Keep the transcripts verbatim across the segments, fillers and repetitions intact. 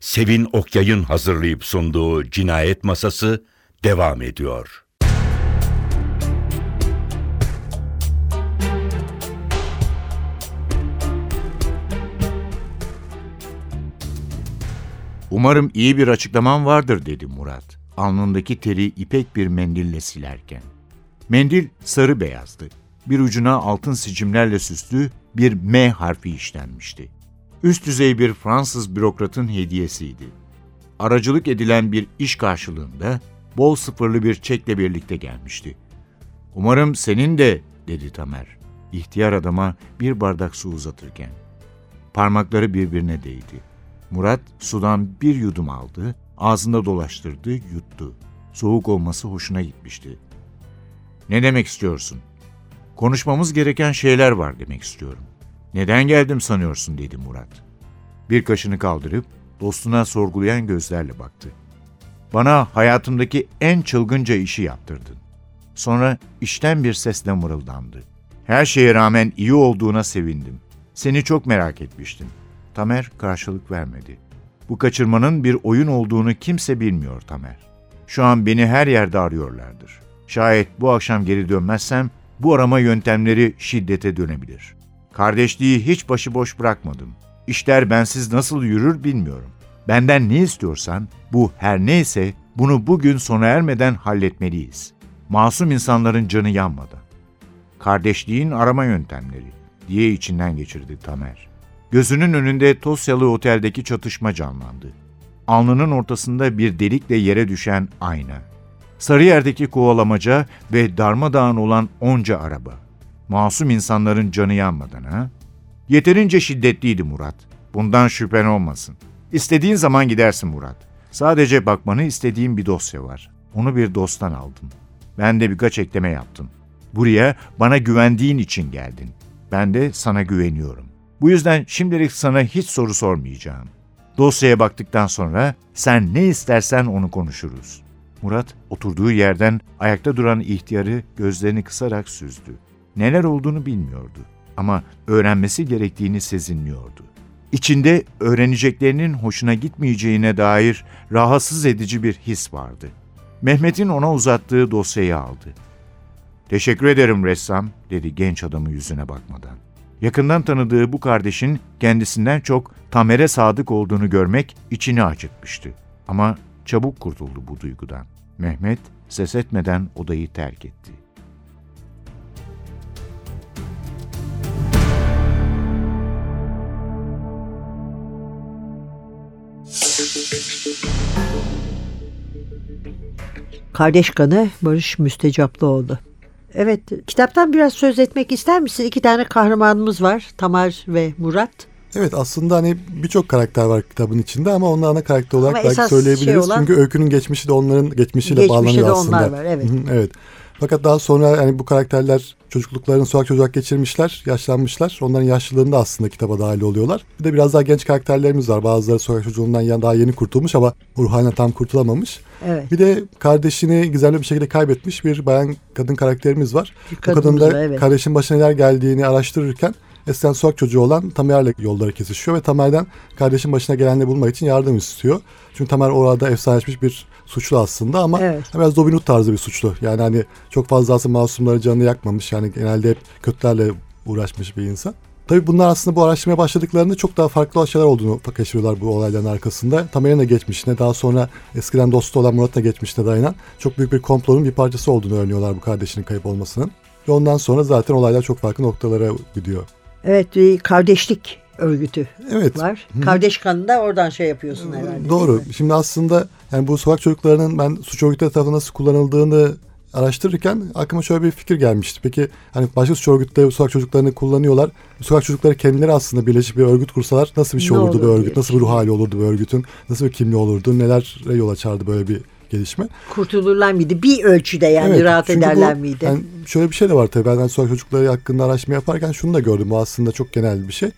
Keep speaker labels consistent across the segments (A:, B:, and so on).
A: Sevin Okyay'ın hazırlayıp sunduğu Cinayet Masası devam ediyor.
B: "Umarım iyi bir açıklaman vardır," dedi Murat, alnındaki teri ipek bir mendille silerken. Mendil sarı beyazdı. Bir ucuna altın sicimlerle süslü bir M harfi işlenmişti. Üst düzey bir Fransız bürokratın hediyesiydi. Aracılık edilen bir iş karşılığında bol sıfırlı bir çekle birlikte gelmişti. "Umarım senin de," dedi Tamer, ihtiyar adama bir bardak su uzatırken. Parmakları birbirine değdi. Murat sudan bir yudum aldı, ağzında dolaştırdı, yuttu. Soğuk olması hoşuna gitmişti. "Ne demek istiyorsun?" "Konuşmamız gereken şeyler var demek istiyorum." "Neden geldim sanıyorsun?" dedi Murat. Bir kaşını kaldırıp dostuna sorgulayan gözlerle baktı. "Bana hayatımdaki en çılgınca işi yaptırdın." Sonra içten bir sesle mırıldandı. "Her şeye rağmen iyi olduğuna sevindim. Seni çok merak etmiştim." Tamer karşılık vermedi. Bu kaçırmanın bir oyun olduğunu kimse bilmiyor Tamer. "Şu an beni her yerde arıyorlardır. Şayet bu akşam geri dönmezsem bu arama yöntemleri şiddete dönebilir. Kardeşliği hiç başıboş bırakmadım. İşler bensiz nasıl yürür bilmiyorum. Benden ne istiyorsan, bu her neyse bunu bugün sona ermeden halletmeliyiz. Masum insanların canı yanmadan. Kardeşliğin arama yöntemleri," diye içinden geçirdi Tamer. Gözünün önünde Tosyalı oteldeki çatışma canlandı. Alnının ortasında bir delikle yere düşen ayna. Sarıyer'deki kovalamaca ve darmadağın olan onca araba. Masum insanların canı yanmadan ha? Yeterince şiddetliydi Murat. Bundan şüphen olmasın. İstediğin zaman gidersin Murat. Sadece bakmanı istediğim bir dosya var. Onu bir dosttan aldım. Ben de birkaç ekleme yaptım. Buraya bana güvendiğin için geldin. Ben de sana güveniyorum. Bu yüzden şimdilik sana hiç soru sormayacağım. Dosyaya baktıktan sonra sen ne istersen onu konuşuruz." Murat oturduğu yerden ayakta duran ihtiyarı gözlerini kısarak süzdü. Neler olduğunu bilmiyordu ama öğrenmesi gerektiğini sezinliyordu. İçinde öğreneceklerinin hoşuna gitmeyeceğine dair rahatsız edici bir his vardı. Mehmet'in ona uzattığı dosyayı aldı. "Teşekkür ederim ressam," dedi genç adamı yüzüne bakmadan. Yakından tanıdığı bu kardeşin kendisinden çok Tamer'e sadık olduğunu görmek içini acıtmıştı. Ama çabuk kurtuldu bu duygudan. Mehmet ses etmeden odayı terk etti.
C: Kardeş Kanı, Barış Müstecaplıoğlu. Evet, kitaptan biraz söz etmek ister misin? İki tane kahramanımız var, Tamer ve Murat.
D: Evet, aslında hani birçok karakter var kitabın içinde ama onlar ana karakter olarak
C: ama
D: belki söyleyebiliriz. Şey olan, çünkü öykünün geçmişi de onların geçmişiyle
C: geçmişi
D: bağlanıyor
C: de
D: aslında.
C: Onlar var, evet.
D: Evet. Fakat daha sonra yani bu karakterler çocukluklarını sokak çocuğu geçirmişler, yaşlanmışlar. Onların yaşlılığında aslında kitaba dahil oluyorlar. Bir de biraz daha genç karakterlerimiz var. Bazıları sokak çocuğundan daha yeni kurtulmuş ama ruh haline tam kurtulamamış.
C: Evet.
D: Bir de kardeşini gizemli bir şekilde kaybetmiş bir bayan kadın karakterimiz var. Bu kadın da evet. kardeşin başına neler geldiğini araştırırken eskiden sokak çocuğu olan Tamer'le yolları kesişiyor ve Tamer'den kardeşin başına gelenleri bulmak için yardım istiyor. Çünkü Tamer orada efsaneleşmiş bir suçlu aslında ama evet. biraz Robin Hood tarzı bir suçlu. Yani hani çok fazla aslında masumları canını yakmamış. Yani genelde hep kötülerle uğraşmış bir insan. Tabii bunlar aslında bu araştırmaya başladıklarında çok daha farklı şeyler olduğunu keşfediyorlar bu olayların arkasında. Tamer'in de geçmişine, daha sonra eskiden dostu olan Murat'ın geçmişine dayanan çok büyük bir komplonun bir parçası olduğunu öğreniyorlar bu kardeşinin kayıp olmasının. Ve ondan sonra zaten olaylar çok farklı noktalara gidiyor.
C: Evet, bir kardeşlik örgütü
D: evet.
C: var. Hı. Kardeş kanında oradan şey yapıyorsun herhalde.
D: Doğru. Şimdi aslında yani bu sokak çocuklarının ben suç örgütleri tarafından nasıl kullanıldığını araştırırken aklıma şöyle bir fikir gelmişti. Peki hani başka suç örgütleri sokak çocuklarını kullanıyorlar. Sokak çocukları kendileri aslında birleşip bir örgüt kursalar nasıl bir şey ne olurdu bu örgüt? Nasıl bir ruh hali olurdu bu örgütün? Nasıl bir kimliği olurdu? Nelere yol açardı böyle bir gelişme?
C: Kurtulurlar mıydı? Bir ölçüde yani evet, rahat ederler bu, miydi?
D: Yani şöyle bir şey de var tabii. Ben sokak çocukları hakkında araştırma yaparken şunu da gördüm. Bu aslında çok genel bir şey. Hani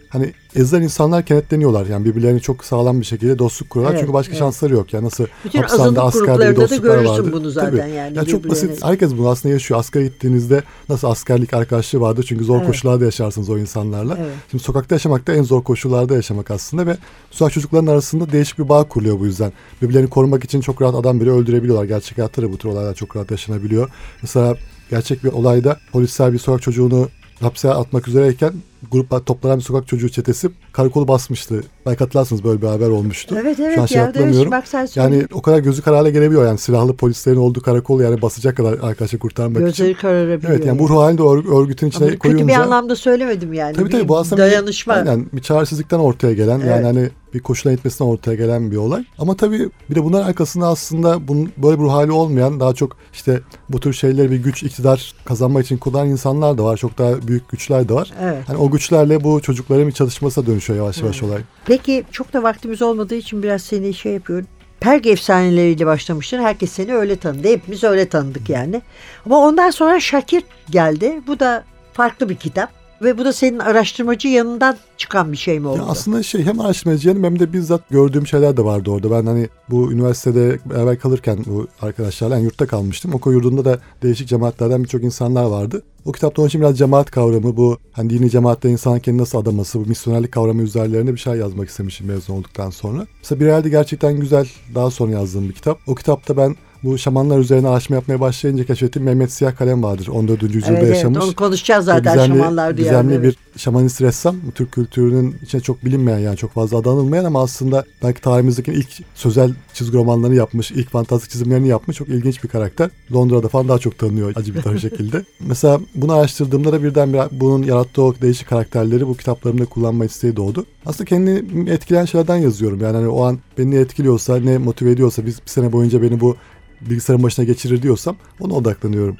D: ezilen insanlar kenetleniyorlar. Yani birbirlerini çok sağlam bir şekilde dostluk kuruyorlar. Evet, çünkü başka evet. şansları yok. Yani nasıl
C: bütün hapishanede askerde dostluklar vardı. Görürsün bunu zaten.
D: Tabii.
C: Yani,
D: yani çok basit. Herkes bunu aslında yaşıyor. Askere gittiğinizde nasıl askerlik arkadaşlığı vardı. Çünkü zor evet. koşullarda yaşarsınız o insanlarla. Evet. Şimdi sokakta yaşamak da en zor koşullarda yaşamak aslında ve sokak çocukların arasında değişik bir bağ kuruluyor bu yüzden. Birbirlerini korumak için çok rahat adam bile öldürebiliyorlar. Gerçek hayatta da bu tür olaylar çok rahat yaşanabiliyor. Mesela gerçek bir olayda polisler bir sokak çocuğunu hapse atmak üzereyken grupla toplanan bir sokak çocuğu çetesi karakolu basmıştı. Belki hatırlarsınız, böyle bir haber olmuştu.
C: Evet evet.
D: Şu an şey hatırlamıyorum. Yani o kadar gözü kararlı gelebiliyor yani silahlı polislerin olduğu karakol yani basacak kadar arkadaşı kurtarmak
C: Gözleri
D: için.
C: Gözleri kararabiliyor.
D: Evet yani bu ruh halinde örgütün içine
C: ama
D: koyunca.
C: Kötü bir anlamda söylemedim yani.
D: Tabii tabii bu aslında dayanışma. Bir, aynen bir çaresizlikten ortaya gelen evet. yani hani bir koşula itmesinden ortaya gelen bir olay. Ama tabii bir de bunların arkasında aslında bunun böyle bir ruh hali olmayan daha çok işte bu tür şeyleri bir güç, iktidar kazanmak için kullanan insanlar da var. Çok daha büyük güçler de var. Evet. Hani o güçlerle bu çocukların bir çalışmasına dönüşüyor yavaş yavaş evet. olay.
C: Peki çok da vaktimiz olmadığı için biraz seni şey yapıyorum. Perg efsaneleriyle başlamıştın. Herkes seni öyle tanıdı. Hepimiz öyle tanıdık yani. Ama ondan sonra Şakir geldi. Bu da farklı bir kitap. Ve bu da senin araştırmacı yanından çıkan bir şey mi oldu?
D: Ya aslında şey hem araştırmacı yanım hem de bizzat gördüğüm şeyler de vardı orada. Ben hani bu üniversitede beraber kalırken bu arkadaşlarla yani yurtta kalmıştım. Okul yurdunda da değişik cemaatlerden birçok insanlar vardı. O kitapta onun için biraz cemaat kavramı, bu hani dini cemaatte insanın kendini nasıl adaması, bu misyonerlik kavramı üzerlerine bir şey yazmak istemişim mezun olduktan sonra. Mesela bir yerde gerçekten güzel, daha sonra yazdığım bir kitap. O kitapta ben bu şamanlar üzerine araştırma yapmaya başlayınca keşfettiğim Mehmet Siyah Kalem vardır. on dördüncü yüzyılda evet, yaşamış. Evet,
C: onu konuşacağız zaten
D: gizemli,
C: şamanlar diye.
D: Gizemli
C: evet.
D: bir şamanist ressam. Bu Türk kültürünün içine çok bilinmeyen yani çok fazla adı anılmayan ama aslında belki tarihimizdeki ilk sözel çizgi romanlarını yapmış, ilk fantastik çizimlerini yapmış çok ilginç bir karakter. Londra'da falan daha çok tanınıyor acı bir şekilde. Mesela bunu araştırdığımda da birden bunun yarattığı o değişik karakterleri bu kitaplarımda kullanma isteği doğdu. Aslında kendini etkileyen şeylerden yazıyorum. Yani hani o an beni etkiliyorsa, ne motive ediyorsa, bir, bir sene boyunca beni bu bilgisayarın başına geçirir diyorsam ona odaklanıyorum.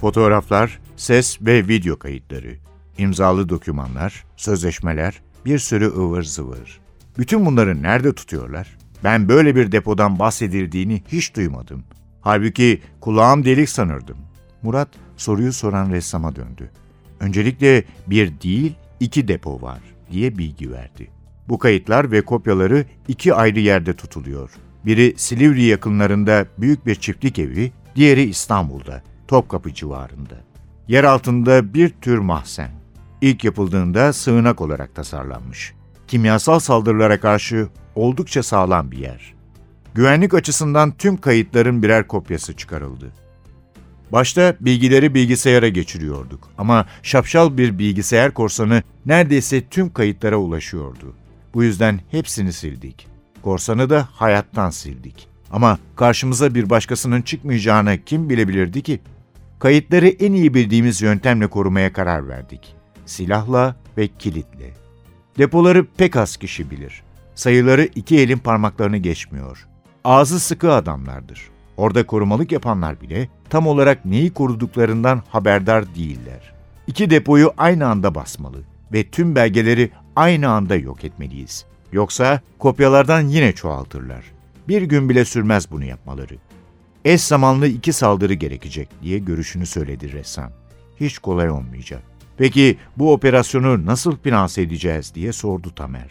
B: Fotoğraflar, ses ve video kayıtları, imzalı dokümanlar, sözleşmeler, bir sürü ıvır zıvır. Bütün bunları nerede tutuyorlar? Ben böyle bir depodan bahsedildiğini hiç duymadım. Halbuki kulağım delik sanırdım. Murat soruyu soran ressama döndü. Öncelikle bir değil, iki depo var diye bilgi verdi. Bu kayıtlar ve kopyaları iki ayrı yerde tutuluyor. Biri Silivri yakınlarında büyük bir çiftlik evi, diğeri İstanbul'da, Topkapı civarında. Yer altında bir tür mahzen. İlk yapıldığında sığınak olarak tasarlanmış. Kimyasal saldırılara karşı oldukça sağlam bir yer. Güvenlik açısından tüm kayıtların birer kopyası çıkarıldı. Başta bilgileri bilgisayara geçiriyorduk ama şapşal bir bilgisayar korsanı neredeyse tüm kayıtlara ulaşıyordu. Bu yüzden hepsini sildik. Korsanı da hayattan sildik. Ama karşımıza bir başkasının çıkmayacağını kim bilebilirdi ki? Kayıtları en iyi bildiğimiz yöntemle korumaya karar verdik. Silahla ve kilitle. Depoları pek az kişi bilir. Sayıları iki elin parmaklarını geçmiyor. Ağzı sıkı adamlardır. Orada korumalık yapanlar bile tam olarak neyi koruduklarından haberdar değiller. İki depoyu aynı anda basmalı ve tüm belgeleri aynı anda yok etmeliyiz. Yoksa kopyalardan yine çoğaltırlar. Bir gün bile sürmez bunu yapmaları. Eş zamanlı iki saldırı gerekecek diye görüşünü söyledi ressam. Hiç kolay olmayacak. Peki bu operasyonu nasıl finanse edeceğiz diye sordu Tamer.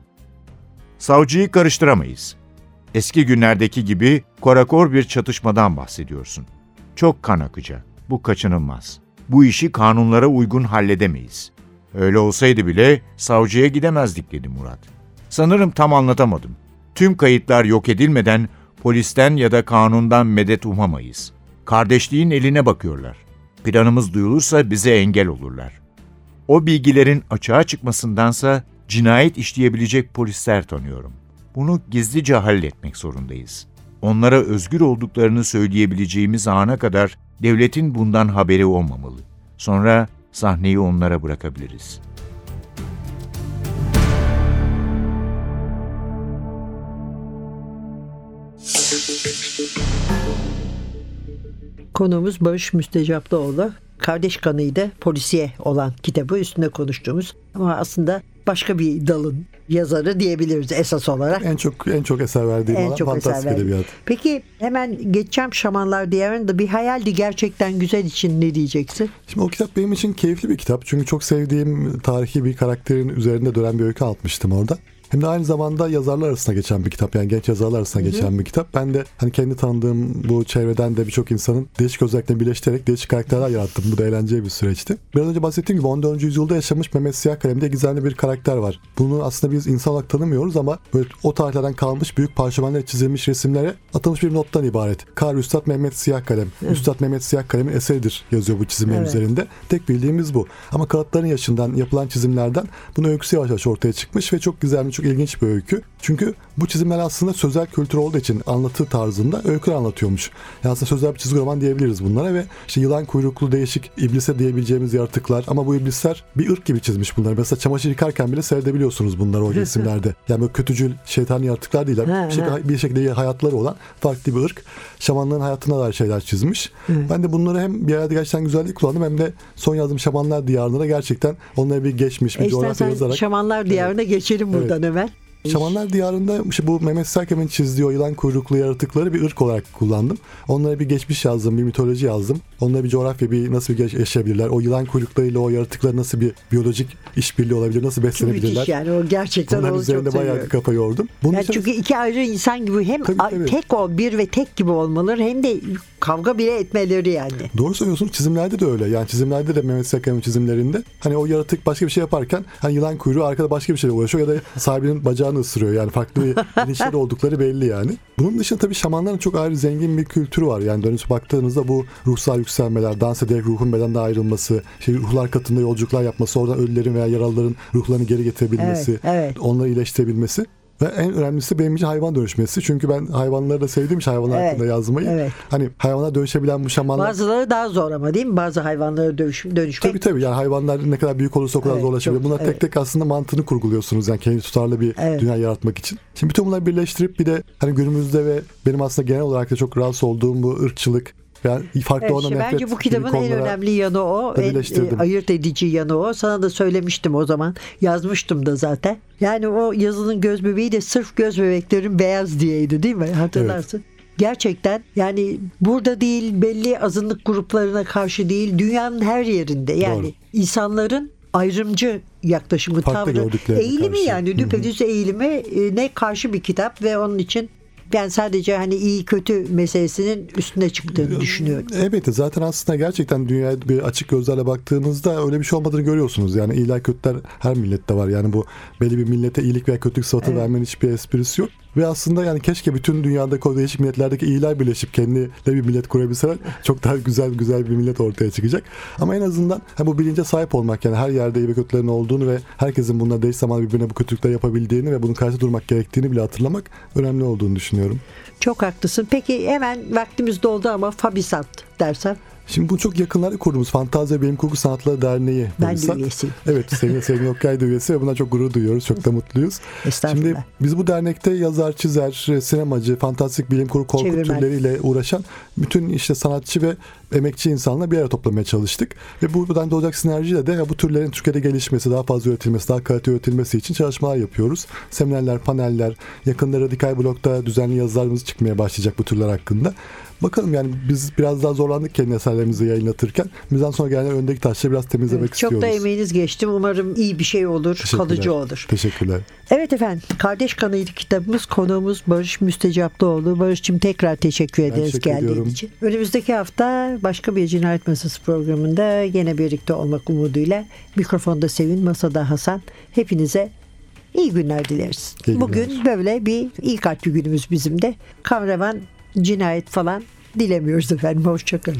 B: Savcıyı karıştıramayız. Eski günlerdeki gibi korakor bir çatışmadan bahsediyorsun. Çok kan akacak. Bu kaçınılmaz. Bu işi kanunlara uygun halledemeyiz. Öyle olsaydı bile savcıya gidemezdik dedi Murat. Sanırım tam anlatamadım. Tüm kayıtlar yok edilmeden polisten ya da kanundan medet umamayız. Kardeşliğin eline bakıyorlar. Planımız duyulursa bize engel olurlar. O bilgilerin açığa çıkmasındansa cinayet işleyebilecek polisler tanıyorum. Bunu gizlice halletmek zorundayız. Onlara özgür olduklarını söyleyebileceğimiz ana kadar devletin bundan haberi olmamalı. Sonra sahneyi onlara bırakabiliriz.
C: Konuğumuz Barış Müstecaplıoğlu. Kardeş Kanı'ydı, polisiye olan kitabı üstünde konuştuğumuz ama aslında başka bir dalın yazarı diyebiliriz esas olarak.
D: En çok en çok eser verdiğim
C: en
D: olan
C: çok
D: fantastik edebiyat.
C: Peki hemen geçeceğim Şamanlar Diyarı'nda bir hayaldi gerçekten güzel için ne diyeceksin?
D: Şimdi o kitap benim için keyifli bir kitap. Çünkü çok sevdiğim tarihi bir karakterin üzerinde dönen bir öykü anlatmıştım orada. Hem de aynı zamanda yazarlar arasında geçen bir kitap. Yani genç yazarlar arasında Hı-hı. geçen bir kitap. Ben de hani kendi tanıdığım bu çevreden de birçok insanın değişik özelliklerini birleştirerek değişik karakterler yarattım. Bu da eğlenceli bir süreçti. Biraz önce bahsettiğim gibi on dördüncü yüzyılda yaşamış Mehmet Siyahkalem'de gizemli bir karakter var. Bunu aslında biz insan olarak tanımıyoruz ama böyle o tarihlerden kalmış büyük parşömenle çizilmiş resimlere atılmış bir nottan ibaret. Kar Üstad Mehmet Siyahkalem. Hı. Üstad Mehmet Siyahkalem'in eseridir yazıyor bu çizimlerin evet. üzerinde. Tek bildiğimiz bu. Ama kağıtların yaşından yapılan çizimlerden bunun öyküsü yavaş yavaş ortaya çıkmış ve çok güzel, çok ilginç bir öykü. Çünkü bu çizimler aslında sözel kültür olduğu için anlatı tarzında öyküler anlatıyormuş. Yani aslında sözel bir çizgi roman diyebiliriz bunlara ve işte yılan kuyruklu değişik iblise diyebileceğimiz yaratıklar ama bu iblisler bir ırk gibi çizmiş bunları. Mesela çamaşır yıkarken bile seyredebiliyorsunuz bunları o resimlerde. Yani böyle kötücül şeytani yaratıklar değiller. Bir şekilde, bir şekilde hayatları olan farklı bir ırk. Şamanların hayatına dair şeyler çizmiş. Hı. Ben de bunları hem bir yerde gerçekten güzellik kullandım hem de son yazdığım Şamanlar Diyarı'nda da gerçekten onlara bir geçmiş, bir e coğrafya yazarak.
C: Şamanlar Diyarı'na evet. geçelim buradan evet. Ömer.
B: Şamanlar Diyarı'nda işte bu Mehmet Siyahkalem'in çizdiği o yılan kuyruklu yaratıkları bir ırk olarak kullandım. Onlara bir geçmiş yazdım, bir mitoloji yazdım. Onlara bir coğrafya, bir nasıl bir yaşayabilirler, o yılan kuyruklarıyla o yaratıklar nasıl bir biyolojik işbirliği olabilir, nasıl beslenebilirler. Müthiş yani o gerçekten
C: onların
B: üzerinde bayağı bir kafa yordum.
C: Bunun yani için... Çünkü iki ayrı insan gibi hem tabii, tabii. tek o bir ve tek gibi olmaları hem de kavga bile etmeleri yani.
D: Doğru söylüyorsunuz, çizimlerde de öyle. Yani çizimlerde de Mehmet Siyahkalem'in çizimlerinde hani o yaratık başka bir şey yaparken hani yılan kuyruğu arkada başka bir şeyle uğraşıyor ya da sahibinin bacağını ısırıyor. Yani farklı bir bilinçleri oldukları belli yani. Bunun dışında tabii şamanların çok ayrı zengin bir kültürü var. Yani dönüp baktığınızda bu ruhsal yükselmeler, dans ederek ruhun bedenden ayrılması, şey, ruhlar katında yolculuklar yapması, oradan ölülerin veya yaralıların ruhlarını geri getirebilmesi, evet, evet. onları iyileştirebilmesi. Ve en önemlisi benim için hayvan dönüşmesi. Çünkü ben hayvanları da sevdiğim için hayvanlar evet, hakkında yazmayı. Evet. Hani hayvana dönüşebilen bu şamanlar.
C: Bazıları daha zor ama değil mi? Bazı hayvanlara dönüş, dönüşmek.
D: Tabii tabii. Yani hayvanlar ne kadar büyük olursa o kadar evet, zorlaşabilir. Bunlar evet. tek tek aslında mantığını kurguluyorsunuz. Yani kendi tutarlı bir evet. dünya yaratmak için. Şimdi bütün bunları birleştirip bir de hani günümüzde ve benim aslında genel olarak da çok rahatsız olduğum bu ırkçılık, Yani farklı
C: Evet,
D: olan
C: işte
D: nefret
C: bence bu kitabın
D: gibi
C: en
D: konulara
C: önemli yanı o. En
D: birleştirdim.
C: e, ayırt edici yanı o. Sana da söylemiştim o zaman. Yazmıştım da zaten. Yani o yazının göz bebeği de sırf göz bebeklerin beyaz diyeydi, değil mi? Hatırlarsın. Gerçekten yani burada değil, belli azınlık gruplarına karşı değil, dünyanın her yerinde yani
D: Doğru.
C: insanların ayrımcı yaklaşımı,
D: Farklı
C: tavrı,
D: gördüklerine
C: eğilimi
D: karşı.
C: yani düpedüz eğilimi e, ne karşı bir kitap ve onun için ben sadece hani iyi kötü meselesinin üstüne çıktığını düşünüyorum.
D: Evet, zaten aslında gerçekten dünyaya bir açık gözlerle baktığınızda öyle bir şey olmadığını görüyorsunuz. Yani iyiler kötüler her millette var. Yani bu belli bir millete iyilik veya kötülük sıfatı evet. vermenin hiçbir esprisi yok. Ve aslında yani keşke bütün dünyadaki o değişik milletlerdeki iyiler birleşip kendiyle bir millet kurabilseler çok daha güzel güzel bir millet ortaya çıkacak. Ama en azından hani bu bilince sahip olmak, yani her yerde iyi ve kötülerin olduğunu ve herkesin bununla değiş zaman birbirine bu kötülükler yapabildiğini ve bunun karşı durmak gerektiğini bile hatırlamak önemli olduğunu düşünüyorum.
C: Çok haklısın. Peki hemen vaktimiz doldu ama Fabisant dersem?
D: Şimdi bu çok yakınlarda kurduğumuz Fantazya Bilim Kurgu Sanatları Derneği.
C: Ben de üyesiyim.
D: Evet, Sevgili Sevgili Okkay da üyesi ve bundan çok gurur duyuyoruz. Çok da mutluyuz. Şimdi biz bu dernekte yazar, çizer, sinemacı, fantastik bilim kurgu korku Çevirmen. türleriyle uğraşan bütün işte sanatçı ve emekçi insanla bir araya toplamaya çalıştık. Ve buradan doğacak sinerjiyle de bu türlerin Türkiye'de gelişmesi, daha fazla üretilmesi, daha kaliteli üretilmesi için çalışmalar yapıyoruz. Seminerler, paneller, yakında Radikal Blog'da düzenli yazılarımız çıkmaya başlayacak bu türler hakkında. Bakalım, yani biz biraz daha zorlandık kendi eserlerimizi yayınlatırken. Bizden sonra gelen öndeki taşları biraz temizlemek
C: evet,
D: istiyoruz.
C: Çok da emeğiniz geçti. Umarım iyi bir şey olur, kalıcı olur.
D: Teşekkürler.
C: Evet efendim, Kardeş Kanıydı kitabımız, konuğumuz Barış Müstecaplıoğlu. Barış'cığım tekrar teşekkür ederiz teşekkür geldiğin ediyorum. için. Önümüzdeki hafta başka bir Cinayet Masası programında yine birlikte olmak umuduyla mikrofonda Sevin, masada Hasan. Hepinize iyi günler dileriz. İyi Bugün günler. Böyle bir iyi kalpli günümüz bizim de. Kameraman cinayet falan dilemiyoruz efendim. Hoşçakalın.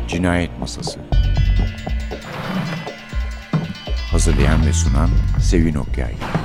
B: Cinayet Masası. Hazırlayan ve sunan Sevin Okyay.